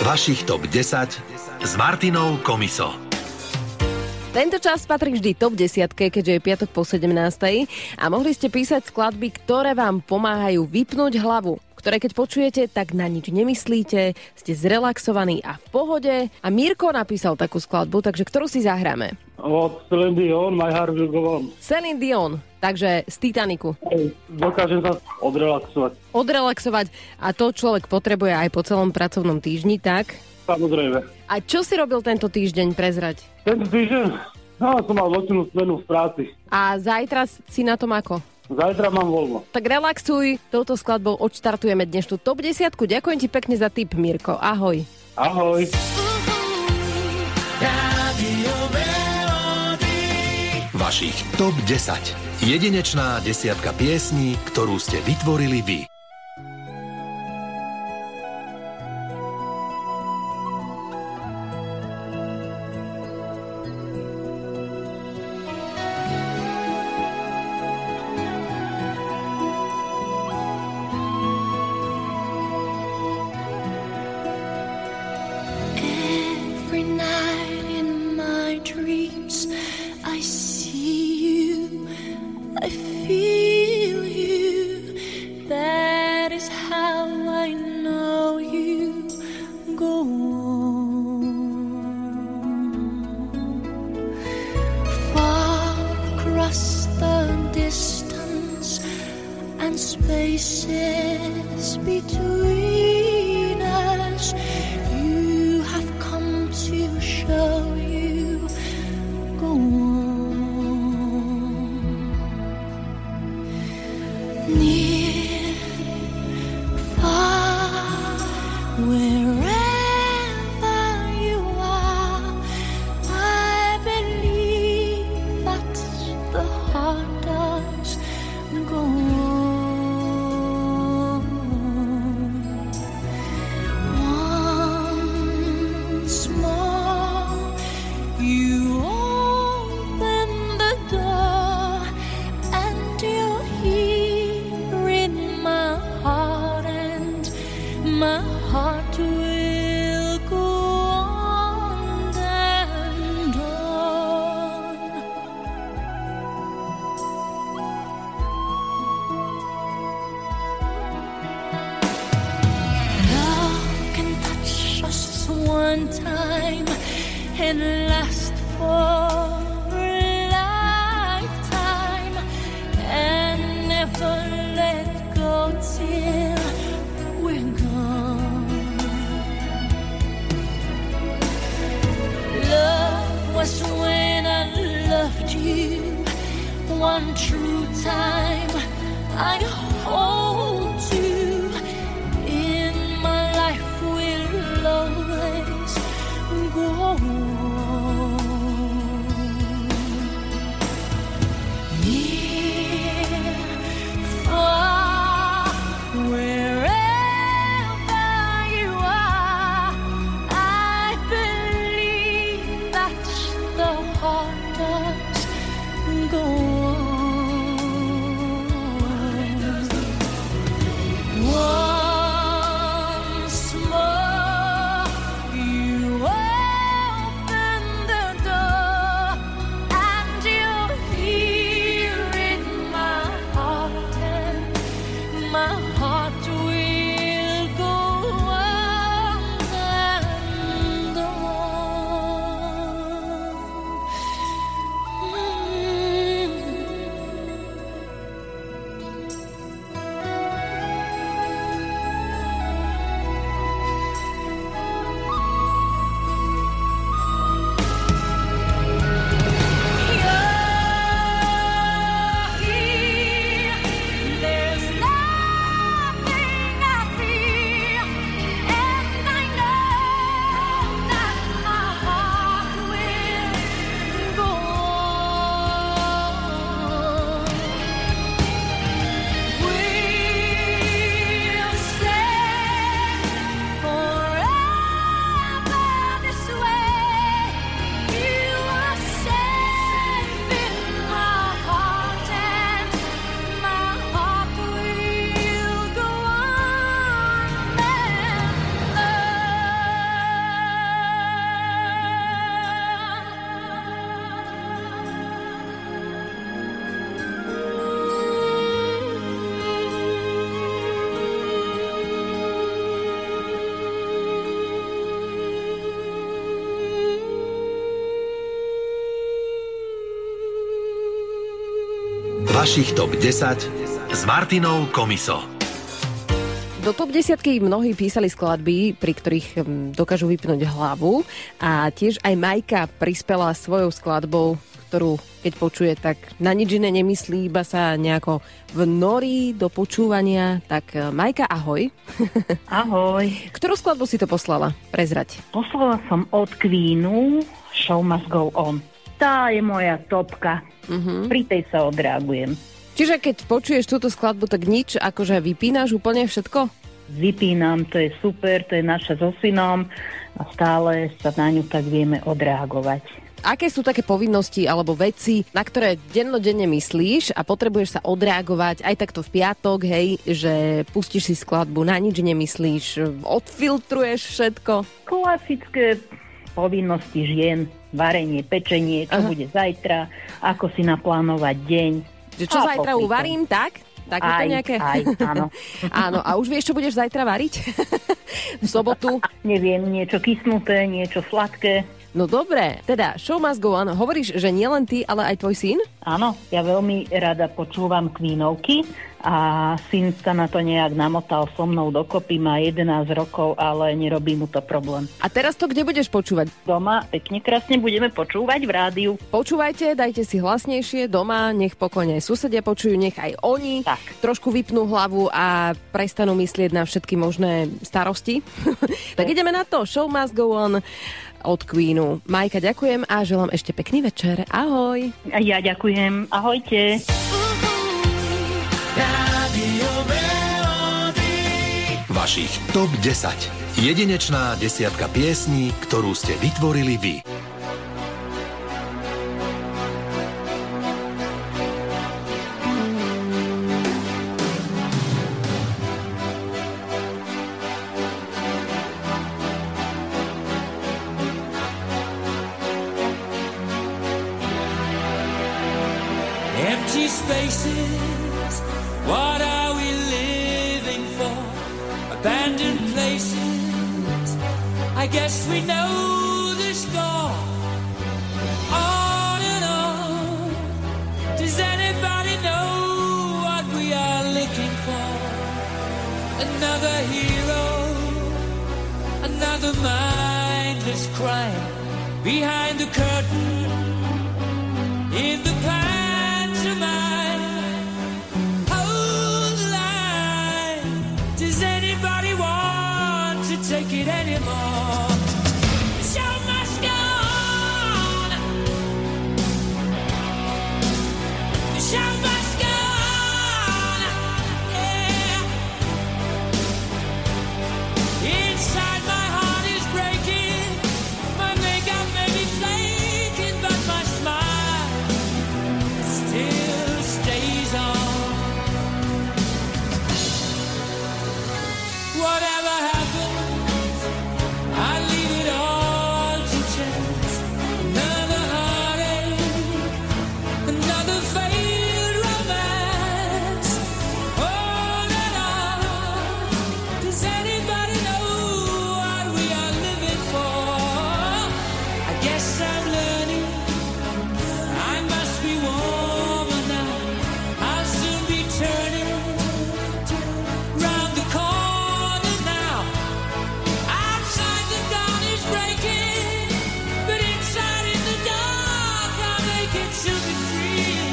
Vašich TOP 10 s Martinou Komiso. Tento čas patrí vždy TOP 10, keďže je piatok po 17. A mohli ste písať skladby, ktoré vám pomáhajú vypnúť hlavu, ktoré keď počujete, tak na nič nemyslíte, ste zrelaxovaní a v pohode. A Mirko napísal takú skladbu, takže ktorú si zahráme? Od Celine Dion, My Heart Will Go On. Celine Dion, takže z Titaniku. Dokážem sa Odrelaxovať. A to človek potrebuje aj po celom pracovnom týždni, tak? Samozrejme. A čo si robil tento týždeň, prezrať? Tento týždeň? Som mal nočnú smenu v práci. A zajtra si na tom ako? Zajtra mám voľno. Tak relaxuj, touto skladbou odštartujeme dnešnú TOP 10. Ďakujem ti pekne za tip, Mirko. Ahoj. Ahoj. Vašich TOP 10. Jedinečná desiatka piesní, ktorú ste vytvorili vy. Spaces between us, you have come to show you go on. Near, far, wherever you are, I believe that the heart does go on. One time and last for a lifetime and never let go till we're gone. Love was when I loved you one true time. I hold you in my life will always go on. Near, far, wherever you are, I believe that the heart does go on. Vašich TOP 10 s Martinou Komiso. Do top 10 mnohí písali skladby, pri ktorých dokážu vypnúť hlavu, a tiež aj Majka prispela svojou skladbou, ktorú keď počuje, tak na nič iné nemyslí, iba sa nejako vnorí do počúvania. Tak Majka, ahoj. Ahoj. Ktorú skladbu si to poslala? Prezrať. Poslala som od Queenu Show Must Go On. Tá je moja topka. Pri tej sa odreagujem. Čiže keď počuješ túto skladbu, tak nič, akože vypínaš úplne všetko? Vypínam, to je super, to je naša so synom a stále sa na ňu tak vieme odreagovať. Aké sú také povinnosti alebo veci, na ktoré dennodenne myslíš a potrebuješ sa odreagovať aj takto v piatok, hej, že pustíš si skladbu, na nič nemyslíš, odfiltruješ všetko? Klasické povinnosti žien, varenie, pečenie, čo bude zajtra, ako si naplánovať deň. Že čo zajtra uvarím, tak? Takéto nejaké? Aj, áno. Áno, a už vieš, čo budeš zajtra variť? V sobotu? Neviem, niečo kysnuté, niečo sladké. No dobre, teda Show Must Go On. Hovoríš, že nielen ty, ale aj tvoj syn? Áno, ja veľmi rada počúvam Queenovky a syn sa na to nejak namotal so mnou dokopy, má 11 rokov, ale nerobí mu to problém. A teraz to kde budeš počúvať? Doma pekne krásne budeme počúvať v rádiu. Počúvajte, dajte si hlasnejšie doma, nech pokojne aj susedia počujú, nech aj oni trošku vypnú hlavu a prestanú myslieť na všetky možné starosti. Tak ideme na to. Show Must Go On od Queenu. Majka, ďakujem a želám ešte pekný večer. Ahoj. A ja ďakujem. Ahojte. Vašich TOP 10. Jedinečná desiatka piesní, ktorú ste vytvorili vy. Empty spaces, what are we living for? Abandoned places, I guess we know the score. On and on, does anybody know what we are looking for? Another hero, another mindless crime, behind the curtain, in the past. Hold the line. Does anybody want to take it anymore? The show must go on. The show must go on. Yeah. Inside my heart is breaking. My makeup may be flaking, but my smile still stays on. Whatever happens, I leave it all to chance. Another heartache, another failed romance. On and on. Does anybody know what we are living for? I guess I'm learning. I must be warmer now. I'll soon be turning round the corner now. Outside the dawn is breaking, but inside in the dark I'll make it to be free.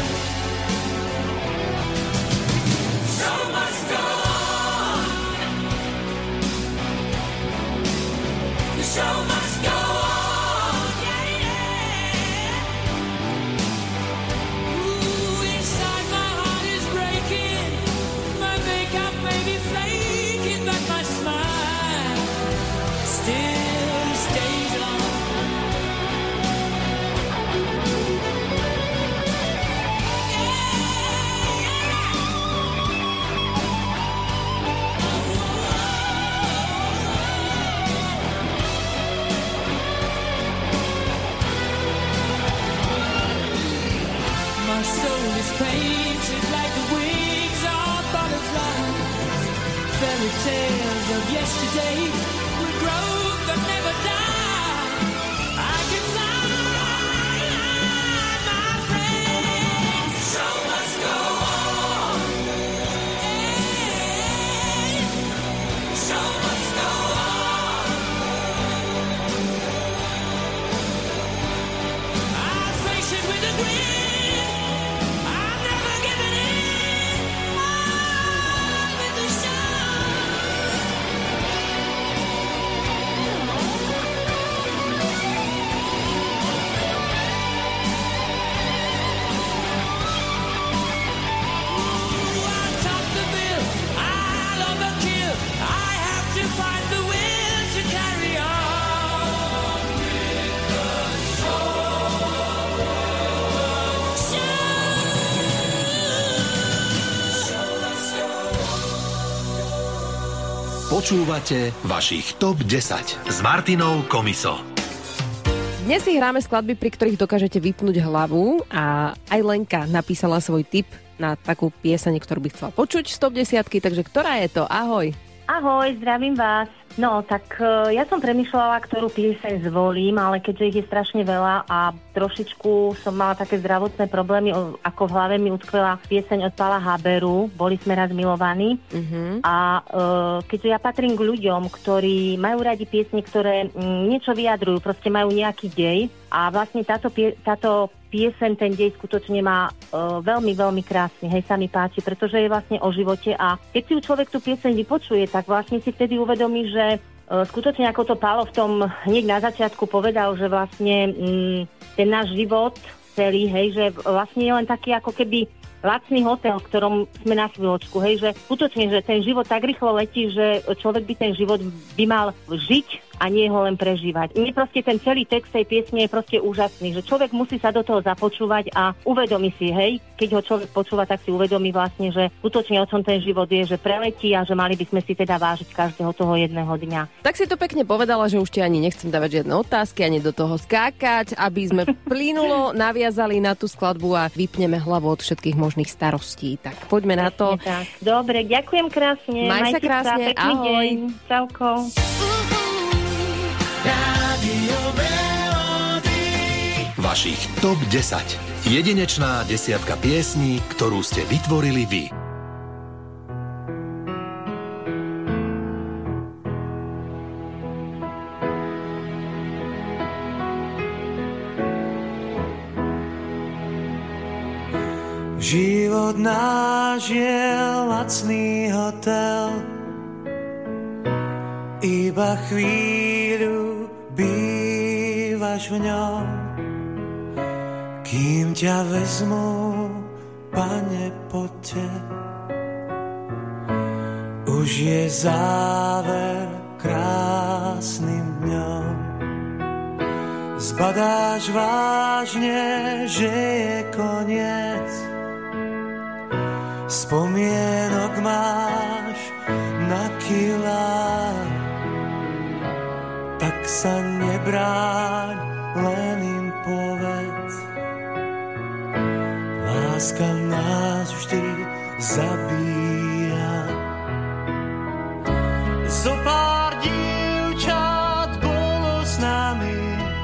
Show must go on. The show must go on. Yeah, yeah. Ooh, inside my heart is breaking. My makeup may be flaking, but my smile still stays on. My soul is painted like the wings of butterflies. Fairy tales of yesterday will grow but never die. I can fly, my friend. Show must go Počúvate vašich TOP 10 s Martinou Komiso. Dnes si hráme skladby, pri ktorých dokážete vypnúť hlavu a aj Lenka napísala svoj tip na takú pieseň, ktorú by chcela počuť z TOP 10, takže ktorá je to? Ahoj. Ahoj, zdravím vás. No, tak ja som premýšľala, ktorú pieseň zvolím, ale keďže ich je strašne veľa a trošičku som mala také zdravotné problémy, ako v hlave mi utkvela pieseň od Pála Haberu, Boli sme raz milovaní. A keďže ja patrím k ľuďom, ktorí majú radi piesne, ktoré niečo vyjadrujú, proste majú nejaký dej a vlastne táto pieseň, ten dej skutočne má veľmi, veľmi krásny, hej, sa mi páči, pretože je vlastne o živote a keď si človek tú pieseň vypočuje, tak vlastne si vtedy uvedomí, že skutočne ako to Pálo v tom hneď na začiatku povedal, že vlastne ten náš život celý, hej, že vlastne je len taký ako keby lacný hotel, v ktorom sme na chvíľočku, hej, že skutočne, že ten život tak rýchlo letí, že človek by ten život by mal žiť a nie ho len prežívať. Mne proste ten celý text tej piesne je proste úžasný, že človek musí sa do toho započúvať a uvedomí si, hej, keď ho človek počúva, tak si uvedomí vlastne, že skutočne o čom ten život je, že preletí a že mali by sme si teda vážiť každého toho jedného dňa. Tak si to pekne povedala, že už ti ani nechcem dávať žiadne otázky, ani do toho skákať, aby sme plynulo naviazali na tú skladbu a vypneme hlavu od všetkých možných starostí. Tak poďme na to. Tak. Dobre, ďakujem krásne. Maj sa krásne, ahoj. Deň. Čauko. Vašich TOP 10. Jedinečná desiatka piesní, ktorú ste vytvorili vy. Život náš je lacný hotel, iba chvíľu bývaš v ňom. Kým ťa vezmu, Pane, poďte, už je záver krásnym dňom. Zbadáš vážne, že je koniec, spomienok máš na kilá, tak sa nebráň, len im povedz. Láska nás vždy zabíja. Zopár dievčat bolo s nami,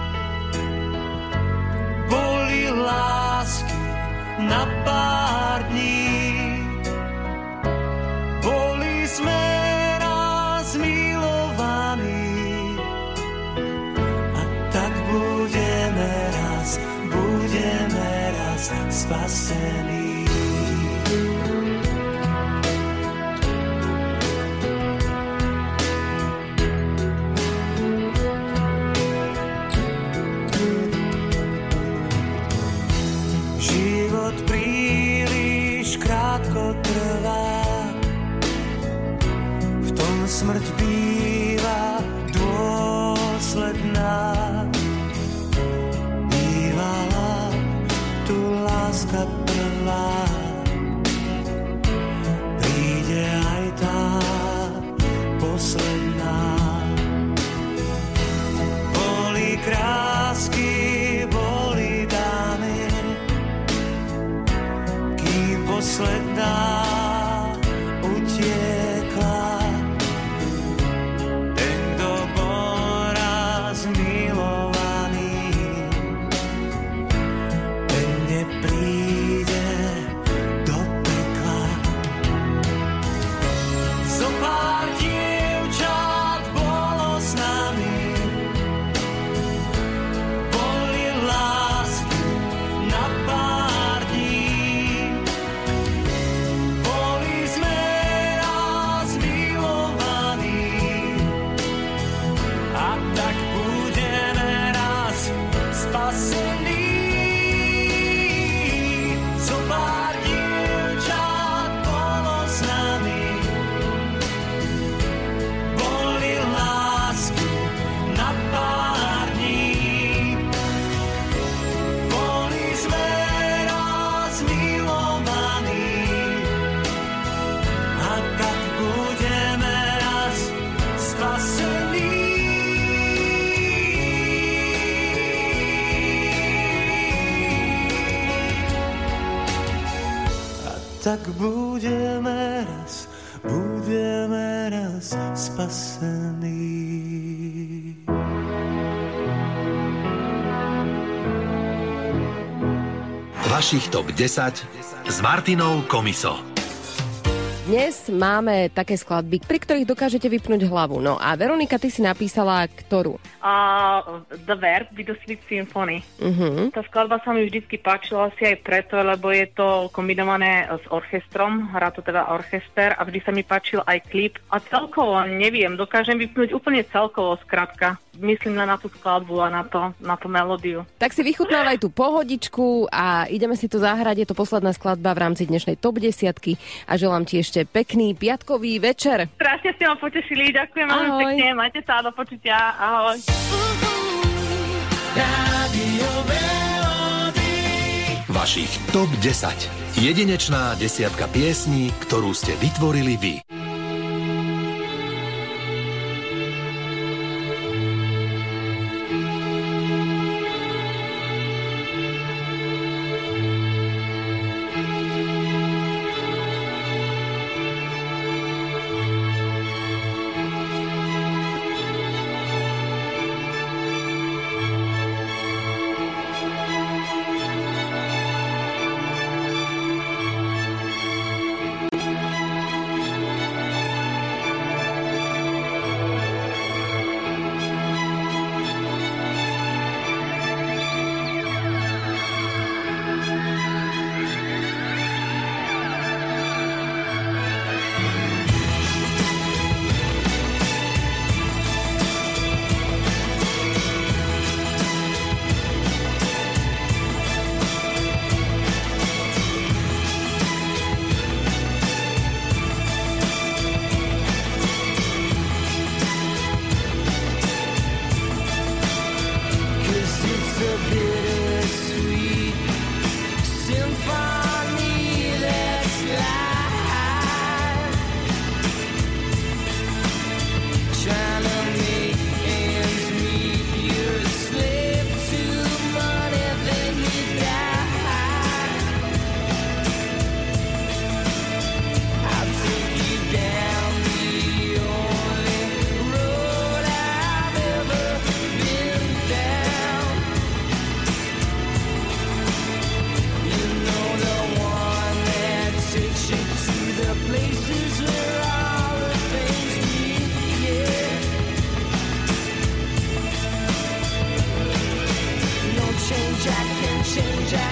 boli lásky na pár dní. Boli sme raz milovaní a tak budeme raz spasení. Život príliš krátko trvá, v tom smrť býva dôsledná. Bývala tu láska prvá, tak budeme raz spasení. Vašich TOP 10 s Martinou Komiso. Dnes máme také skladby, pri ktorých dokážete vypnúť hlavu. No a Veronika, ty si napísala ktorú? The Verb by the Sweet Symphony. Tá skladba sa mi vždycky páčila asi aj preto, lebo je to kombinované s orchestrom, hrá to teda orchester a vždy sa mi páčil aj klip. A celkovo, neviem, dokážem vypnúť úplne celkovo, skrátka. Myslím len na tú skladbu a na tú melódiu. Tak si vychutnávaj tú pohodičku a ideme si to zahrať. Je to posledná skladba v rámci dnešnej TOP 10 a želám ti ešte pekný piatkový večer. Strašne ste ma potešili, ďakujem veľmi pekne. Majte sa, do počutia. Ahoj. Vašich TOP 10. Jedinečná desiatka piesní, ktorú ste vytvorili vy. change, I can change.